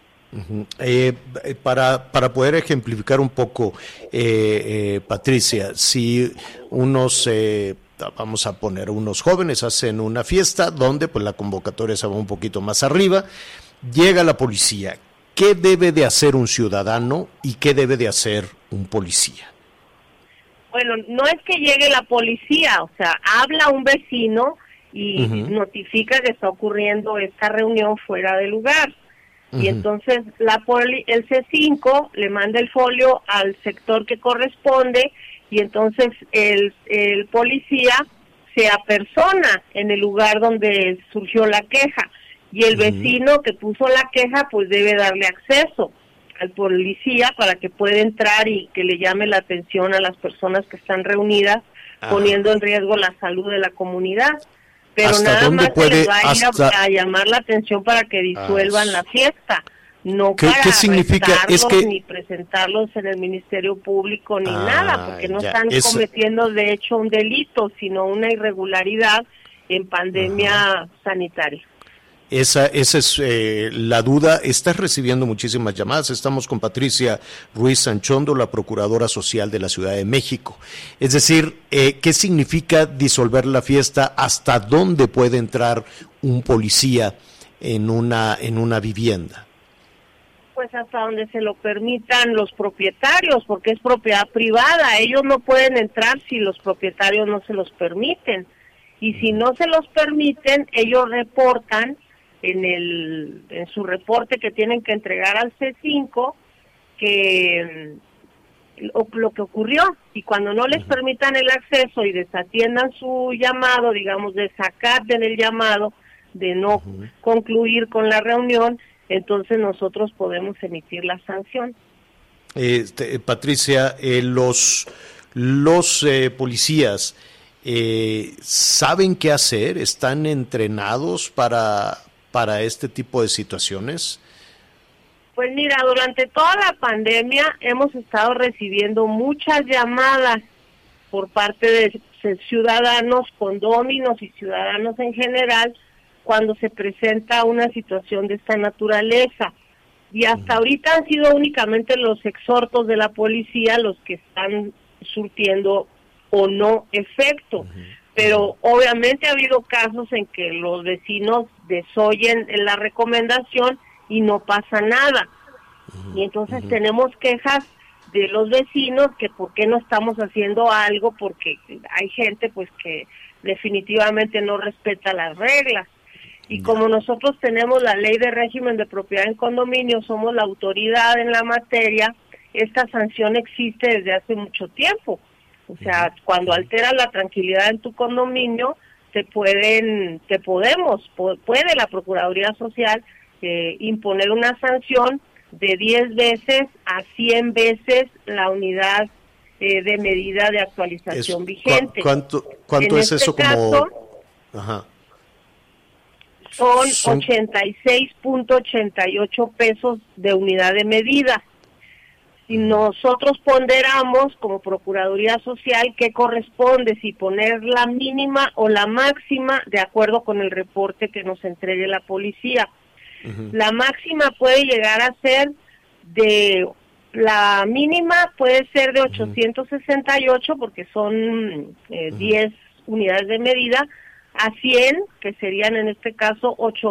Para poder ejemplificar un poco, Patricia, si unos... vamos a poner unos jóvenes, hacen una fiesta donde pues la convocatoria se va un poquito más arriba, llega la policía. ¿Qué debe de hacer un ciudadano y qué debe de hacer un policía? Bueno, no es que llegue la policía, o sea, habla un vecino y notifica que está ocurriendo esta reunión fuera de lugar. Y entonces el C5 le manda el folio al sector que corresponde y entonces el policía se apersona en el lugar donde surgió la queja y el vecino que puso la queja pues debe darle acceso al policía para que pueda entrar y que le llame la atención a las personas que están reunidas, poniendo en riesgo la salud de la comunidad. Pero nada más se les va a ir a llamar la atención para que disuelvan la fiesta, no para arrestarlos ni presentarlos en el Ministerio Público ni nada, porque no están cometiendo de hecho un delito, sino una irregularidad en pandemia sanitaria. Esa es la duda. Estás recibiendo muchísimas llamadas. Estamos con Patricia Ruiz Anchondo, la Procuradora Social de la Ciudad de México. Es decir, ¿qué significa disolver la fiesta? ¿Hasta dónde puede entrar un policía en una vivienda? Pues hasta donde se lo permitan los propietarios, porque es propiedad privada. Ellos no pueden entrar si los propietarios no se los permiten. Y si no se los permiten, ellos reportan en su reporte que tienen que entregar al C5 que lo que ocurrió, y cuando no les permitan el acceso y desatiendan su llamado, digamos, desacaten el llamado, de no concluir con la reunión, entonces nosotros podemos emitir la sanción. Patricia, los policías ¿saben qué hacer? ¿Están entrenados para este tipo de situaciones? Pues mira, durante toda la pandemia hemos estado recibiendo muchas llamadas por parte de ciudadanos, condóminos y ciudadanos en general, cuando se presenta una situación de esta naturaleza. Y hasta ahorita han sido únicamente los exhortos de la policía los que están surtiendo o no efecto. Pero obviamente ha habido casos en que los vecinos desoyen la recomendación y no pasa nada. Y entonces tenemos quejas de los vecinos que por qué no estamos haciendo algo, porque hay gente pues que definitivamente no respeta las reglas. Y como nosotros tenemos la ley de régimen de propiedad en condominio, somos la autoridad en la materia, esta sanción existe desde hace mucho tiempo. O sea, cuando alteras la tranquilidad en tu condominio, puede la Procuraduría Social imponer una sanción de 10 veces a 100 veces la unidad de medida de actualización vigente. ¿Cuánto es eso caso, como...? Ajá. Son 86.88 pesos de unidad de medida. Si nosotros ponderamos como Procuraduría Social qué corresponde, si poner la mínima o la máxima, de acuerdo con el reporte que nos entregue la policía. La máxima puede llegar a ser la mínima puede ser de 868, porque son 10 unidades de medida, a 100, que serían en este caso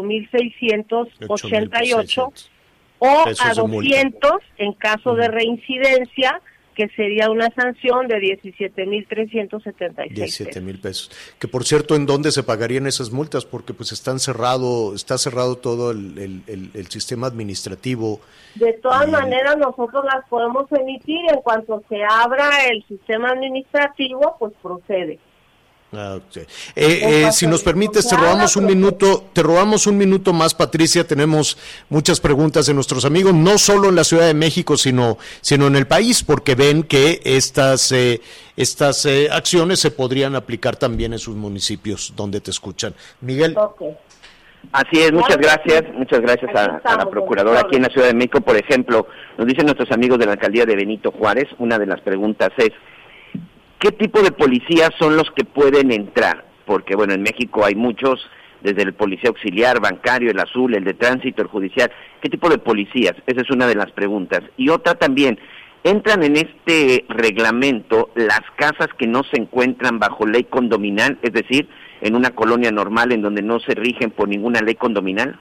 8,688, o a 200 en caso de reincidencia, que sería una sanción de 17,376 17,000 pesos. Que por cierto, ¿en dónde se pagarían esas multas? Porque pues está cerrado todo el sistema administrativo. De todas maneras, nosotros las podemos emitir en cuanto se abra el sistema administrativo, pues procede. Okay. Si nos permites, te robamos un minuto más, Patricia. Tenemos muchas preguntas de nuestros amigos, no solo en la Ciudad de México, sino en el país, porque ven que estas acciones se podrían aplicar también en sus municipios donde te escuchan. Miguel. Okay. Así es, muchas gracias a la Procuradora aquí en la Ciudad de México. Por ejemplo, nos dicen nuestros amigos de la Alcaldía de Benito Juárez, una de las preguntas es: ¿qué tipo de policías son los que pueden entrar? Porque, bueno, en México hay muchos, desde el policía auxiliar, bancario, el azul, el de tránsito, el judicial. ¿Qué tipo de policías? Esa es una de las preguntas. Y otra también, ¿entran en este reglamento las casas que no se encuentran bajo ley condominal, es decir, en una colonia normal en donde no se rigen por ninguna ley condominal?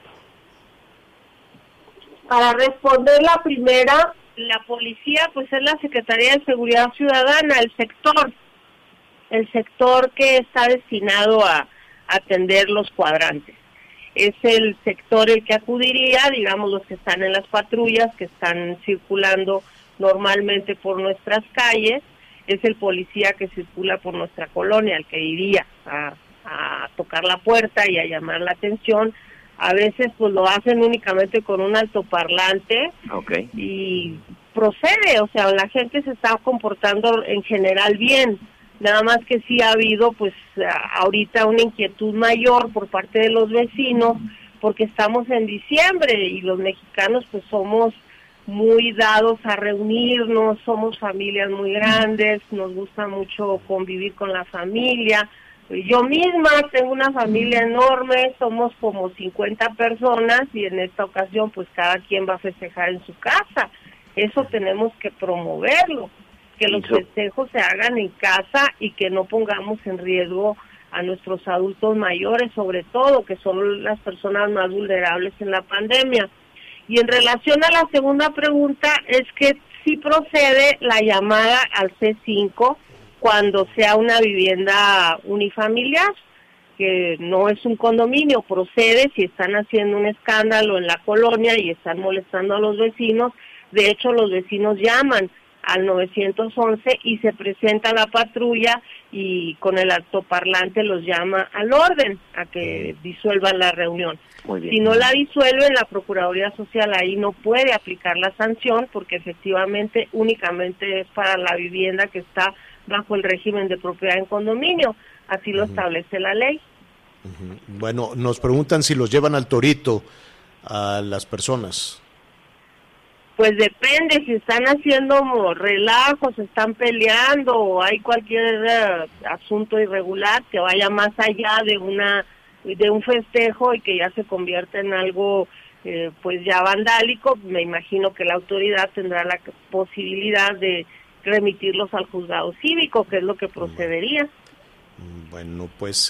Para responder la primera, la policía pues es la Secretaría de Seguridad Ciudadana, el sector que está destinado a atender los cuadrantes. Es el sector el que acudiría, digamos, los que están en las patrullas, que están circulando normalmente por nuestras calles, es el policía que circula por nuestra colonia, el que iría a tocar la puerta y a llamar la atención. A veces pues lo hacen únicamente con un altoparlante. Okay. Y procede, o sea, la gente se está comportando en general bien, nada más que sí ha habido pues ahorita una inquietud mayor por parte de los vecinos, porque estamos en diciembre y los mexicanos pues somos muy dados a reunirnos, somos familias muy grandes, nos gusta mucho convivir con la familia. Yo misma tengo una familia enorme, somos como 50 personas y en esta ocasión pues cada quien va a festejar en su casa. Eso tenemos que promoverlo, que los festejos se hagan en casa y que no pongamos en riesgo a nuestros adultos mayores, sobre todo, que son las personas más vulnerables en la pandemia. Y en relación a la segunda pregunta, es que sí procede la llamada al C5 cuando sea una vivienda unifamiliar, que no es un condominio, procede si están haciendo un escándalo en la colonia y están molestando a los vecinos. De hecho, los vecinos llaman al 911 y se presenta la patrulla y con el altoparlante los llama al orden a que disuelvan la reunión. Si no la disuelven, la Procuraduría Social ahí no puede aplicar la sanción porque efectivamente únicamente es para la vivienda que está bajo el régimen de propiedad en condominio, así lo establece la ley. Bueno, nos preguntan si los llevan al torito a las personas. Pues depende, si están haciendo relajos, están peleando o hay cualquier asunto irregular que vaya más allá de un festejo y que ya se convierta en algo pues ya vandálico, me imagino que la autoridad tendrá la posibilidad de remitirlos al juzgado cívico, que es lo que procedería. Bueno, pues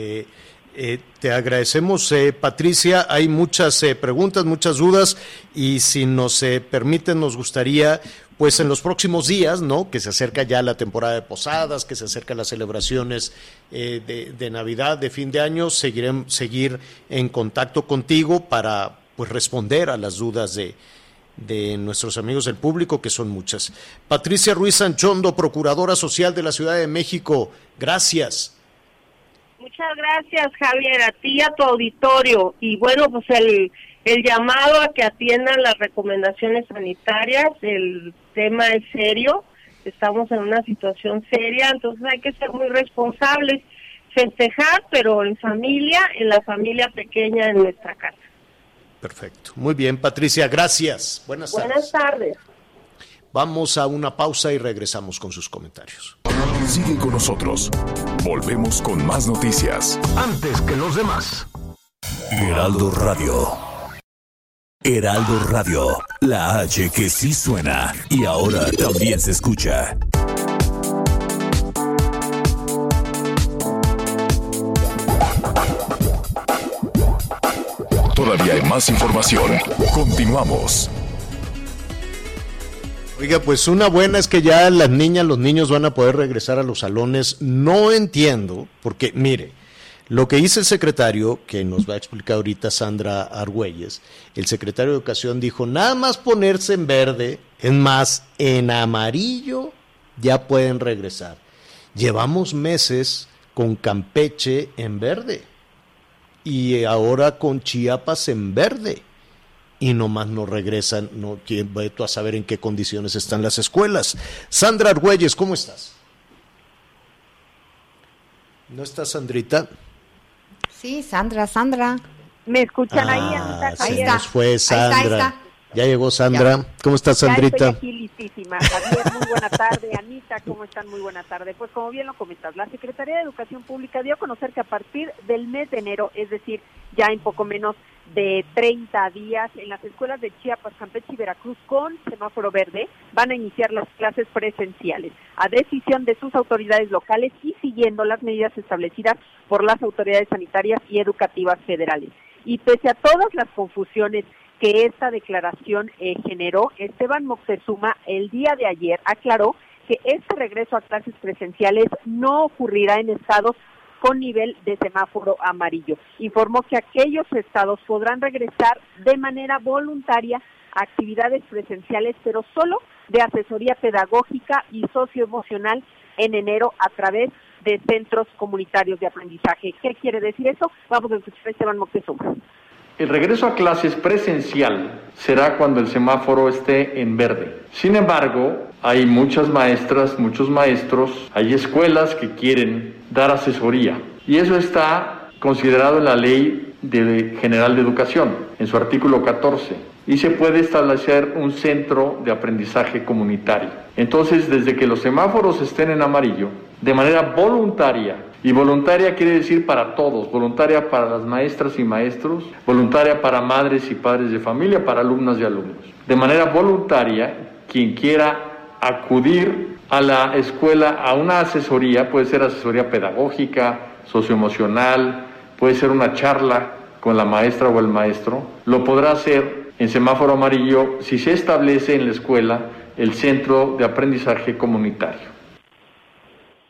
te agradecemos, Patricia. Hay muchas preguntas, muchas dudas, y si nos permiten, nos gustaría, pues en los próximos días, ¿no?, que se acerca ya la temporada de posadas, que se acercan las celebraciones de Navidad, de fin de año, seguir en contacto contigo para, pues, responder a las dudas de nuestros amigos del público, que son muchas. Patricia Ruiz Sanchondo, Procuradora Social de la Ciudad de México, gracias. Muchas gracias, Javier, a ti y a tu auditorio. Y bueno, pues el llamado a que atiendan las recomendaciones sanitarias, el tema es serio, estamos en una situación seria, entonces hay que ser muy responsables, festejar, pero en familia, en la familia pequeña de nuestra casa. Perfecto. Muy bien, Patricia, gracias. Buenas tardes. Buenas tardes. Vamos a una pausa y regresamos con sus comentarios. Sigue con nosotros. Volvemos con más noticias. Antes que los demás. Heraldo Radio. Heraldo Radio. La H que sí suena y ahora también se escucha. Todavía hay más información. Continuamos. Oiga, pues una buena es que ya las niñas, los niños van a poder regresar a los salones. No entiendo, porque mire, lo que dice el secretario, que nos va a explicar ahorita Sandra Argüelles, el secretario de Educación dijo, nada más ponerse en verde, es más, en amarillo ya pueden regresar. Llevamos meses con Campeche en verde y ahora con Chiapas en verde. Y nomás no regresan, no vete a saber en qué condiciones están las escuelas. Sandra Argüelles, ¿cómo estás? ¿No está Sandrita? Sí, Sandra. ¿Me escuchan ahí, Anita? Se nos fue Sandra. Ahí está. Ya llegó Sandra. Ya. ¿Cómo estás, Sandrita? Ya estoy aquí listísima. Javier, muy buena tarde. Anita, ¿cómo están? Muy buena tarde. Pues como bien lo comentas, la Secretaría de Educación Pública dio a conocer que a partir del mes de enero, es decir, ya en poco menos de 30 días, en las escuelas de Chiapas, Campeche y Veracruz con semáforo verde, van a iniciar las clases presenciales, a decisión de sus autoridades locales y siguiendo las medidas establecidas por las autoridades sanitarias y educativas federales. Y pese a todas las confusiones que esta declaración generó, Esteban Moctezuma el día de ayer aclaró que este regreso a clases presenciales no ocurrirá en estados con nivel de semáforo amarillo. Informó que aquellos estados podrán regresar de manera voluntaria a actividades presenciales, pero solo de asesoría pedagógica y socioemocional en enero a través de centros comunitarios de aprendizaje. ¿Qué quiere decir eso? Vamos a escuchar a Esteban Moctezuma. El regreso a clases presencial será cuando el semáforo esté en verde. Sin embargo, hay muchas maestras, muchos maestros, hay escuelas que quieren dar asesoría. Y eso está considerado en la Ley General de Educación, en su artículo 14. Y se puede establecer un centro de aprendizaje comunitario. Entonces, desde que los semáforos estén en amarillo, de manera voluntaria, y voluntaria quiere decir para todos, voluntaria para las maestras y maestros, voluntaria para madres y padres de familia, para alumnas y alumnos. De manera voluntaria, quien quiera acudir a la escuela a una asesoría, puede ser asesoría pedagógica, socioemocional, puede ser una charla con la maestra o el maestro, lo podrá hacer en semáforo amarillo si se establece en la escuela el centro de aprendizaje comunitario.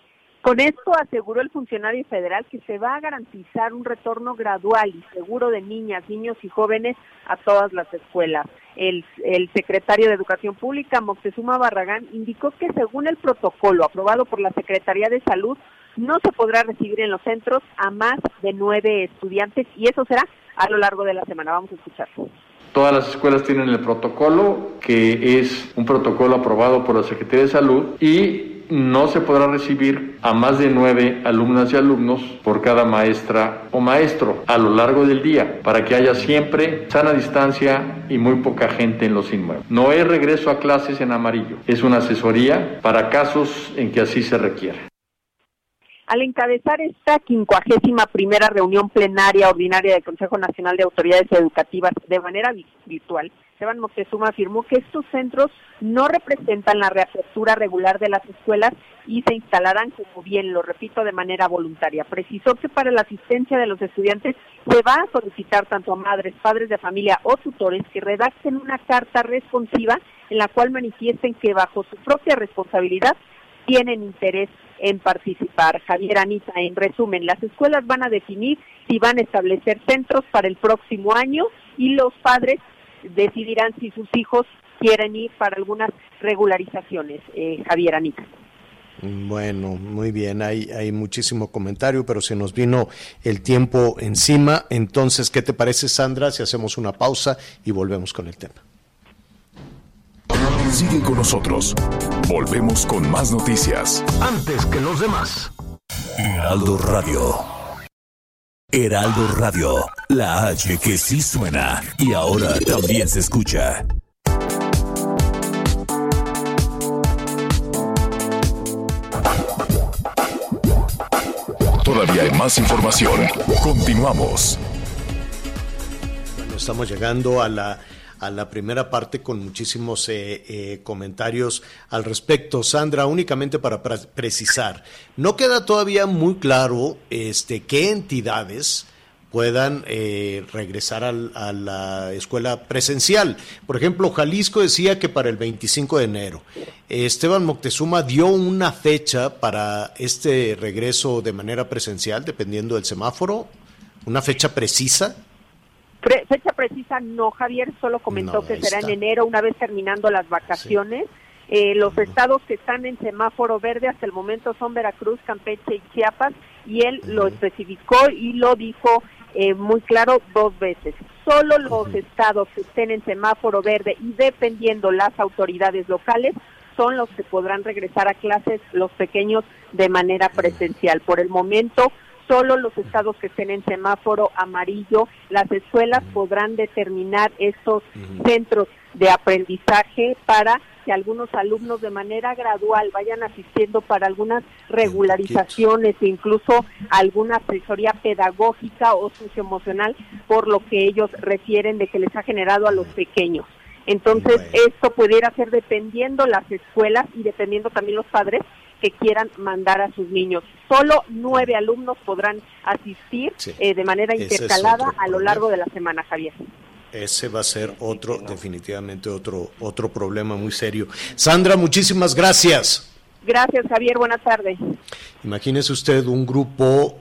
Con esto aseguró el funcionario federal que se va a garantizar un retorno gradual y seguro de niñas, niños y jóvenes a todas las escuelas. El secretario de Educación Pública, Moctezuma Barragán, indicó que según el protocolo aprobado por la Secretaría de Salud, no se podrá recibir en los centros a más de 9 estudiantes y eso será a lo largo de la semana. Vamos a escucharlo. Todas las escuelas tienen el protocolo, que es un protocolo aprobado por la Secretaría de Salud, y no se podrá recibir a más de 9 alumnas y alumnos por cada maestra o maestro a lo largo del día, para que haya siempre sana distancia y muy poca gente en los inmuebles. No es regreso a clases en amarillo, es una asesoría para casos en que así se requiera. Al encabezar esta 51ª reunión plenaria ordinaria del Consejo Nacional de Autoridades Educativas de manera virtual, Esteban Moctezuma afirmó que estos centros no representan la reapertura regular de las escuelas y se instalarán, como bien lo repito, de manera voluntaria. Precisó que para la asistencia de los estudiantes se va a solicitar tanto a madres, padres de familia o tutores que redacten una carta responsiva en la cual manifiesten que bajo su propia responsabilidad tienen interés en participar. Javier, Anita, en resumen, las escuelas van a definir si van a establecer centros para el próximo año y los padres decidirán si sus hijos quieren ir para algunas regularizaciones. Javier, Anita. Bueno, muy bien, hay muchísimo comentario, pero se nos vino el tiempo encima. Entonces, ¿qué te parece, Sandra, si hacemos una pausa y volvemos con el tema? Sigue con nosotros. Volvemos con más noticias. Antes que los demás. Heraldo Radio. Heraldo Radio. La H que sí suena y ahora también se escucha. Todavía hay más información. Continuamos. Bueno, estamos llegando a la primera parte con muchísimos comentarios al respecto. Sandra, únicamente para precisar, no queda todavía muy claro qué entidades puedan regresar a la escuela presencial. Por ejemplo, Jalisco decía que para el 25 de enero. Esteban Moctezuma dio una fecha para este regreso de manera presencial, dependiendo del semáforo, una fecha precisa. Fecha precisa no, Javier, solo comentó que será en enero, una vez terminando las vacaciones. Sí. Los estados que están en semáforo verde hasta el momento son Veracruz, Campeche y Chiapas, y él lo especificó y lo dijo muy claro 2 veces. Solo los estados que estén en semáforo verde y dependiendo las autoridades locales son los que podrán regresar a clases los pequeños de manera presencial. Por el momento, solo los estados que estén en semáforo amarillo, las escuelas podrán determinar estos centros de aprendizaje para que algunos alumnos de manera gradual vayan asistiendo para algunas regularizaciones e incluso alguna asesoría pedagógica o socioemocional por lo que ellos refieren de que les ha generado a los pequeños. Entonces, esto pudiera ser dependiendo las escuelas y dependiendo también los padres que quieran mandar a sus niños. Solo 9 alumnos podrán asistir de manera intercalada a lo largo de la semana, Javier. Ese va a ser definitivamente otro problema muy serio. Sandra, muchísimas gracias. Gracias, Javier, buenas tardes. Imagínese usted un grupo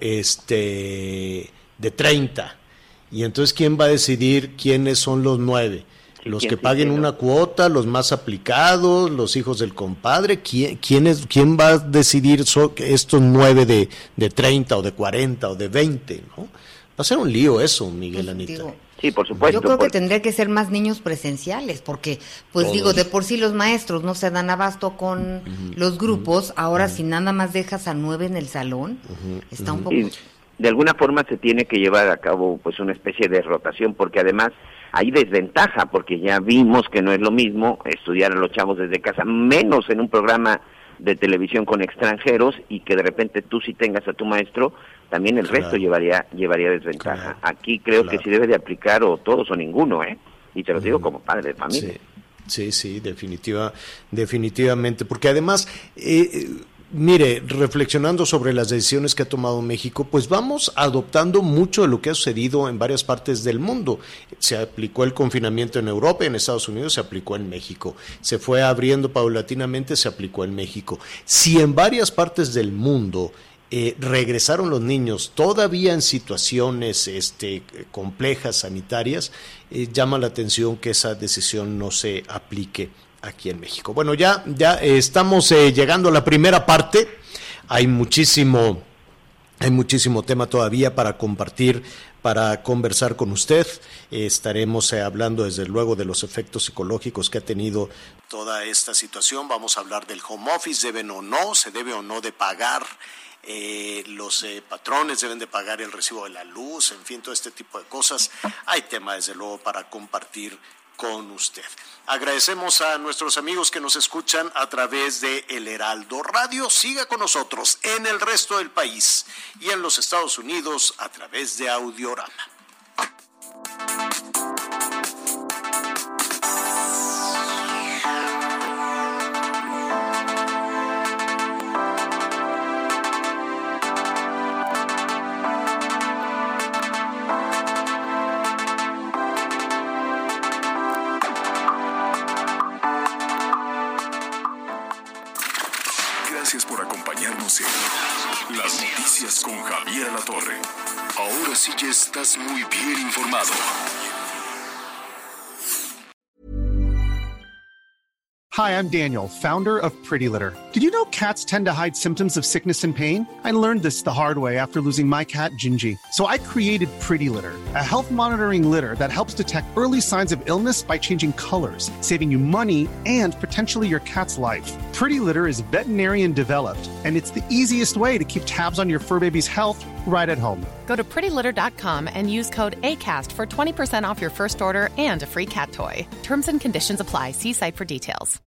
de 30, y entonces ¿quién va a decidir quiénes son los 9? Los que paguen una cuota, los más aplicados, los hijos del compadre. ¿Quién va a decidir estos 9 de 30 o de 40 o de 20? ¿No? Va a ser un lío eso, Miguel, Anita. Sí, por supuesto. Yo creo que tendría que ser más niños presenciales, porque, de por sí los maestros no se dan abasto con los grupos. Ahora, si nada más dejas a 9 en el salón, está un poco... Sí, de alguna forma se tiene que llevar a cabo pues una especie de rotación, porque además hay desventaja, porque ya vimos que no es lo mismo estudiar a los chavos desde casa, menos en un programa de televisión con extranjeros, y que de repente tú sí tengas a tu maestro, también el resto llevaría desventaja. Aquí creo que sí debe de aplicar o todos o ninguno, y te lo digo como padre de familia. Sí, definitivamente, porque además Mire, reflexionando sobre las decisiones que ha tomado México, pues vamos adoptando mucho de lo que ha sucedido en varias partes del mundo. Se aplicó el confinamiento en Europa, en Estados Unidos se aplicó en México. Se fue abriendo paulatinamente, se aplicó en México. Si en varias partes del mundo regresaron los niños todavía en situaciones complejas sanitarias, llama la atención que esa decisión no se aplique aquí en México. Bueno, ya estamos llegando a la primera parte. Hay muchísimo tema todavía para compartir, para conversar con usted. Estaremos hablando desde luego de los efectos psicológicos que ha tenido toda esta situación. Vamos a hablar del home office, se debe o no de pagar. Los patrones deben de pagar el recibo de la luz, en fin, todo este tipo de cosas. Hay tema desde luego para compartir con usted. Agradecemos a nuestros amigos que nos escuchan a través de El Heraldo Radio. Siga con nosotros en el resto del país y en los Estados Unidos a través de Audiorama. Gracias por acompañarnos en Las Noticias con Javier Alatorre. Ahora sí ya estás muy bien informado. Hi, I'm Daniel, founder of Pretty Litter. Did you know cats tend to hide symptoms of sickness and pain? I learned this the hard way after losing my cat, Gingy. So I created Pretty Litter, a health monitoring litter that helps detect early signs of illness by changing colors, saving you money and potentially your cat's life. Pretty Litter is veterinarian developed, and it's the easiest way to keep tabs on your fur baby's health right at home. Go to prettylitter.com and use code ACAST for 20% off your first order and a free cat toy. Terms and conditions apply. See site for details.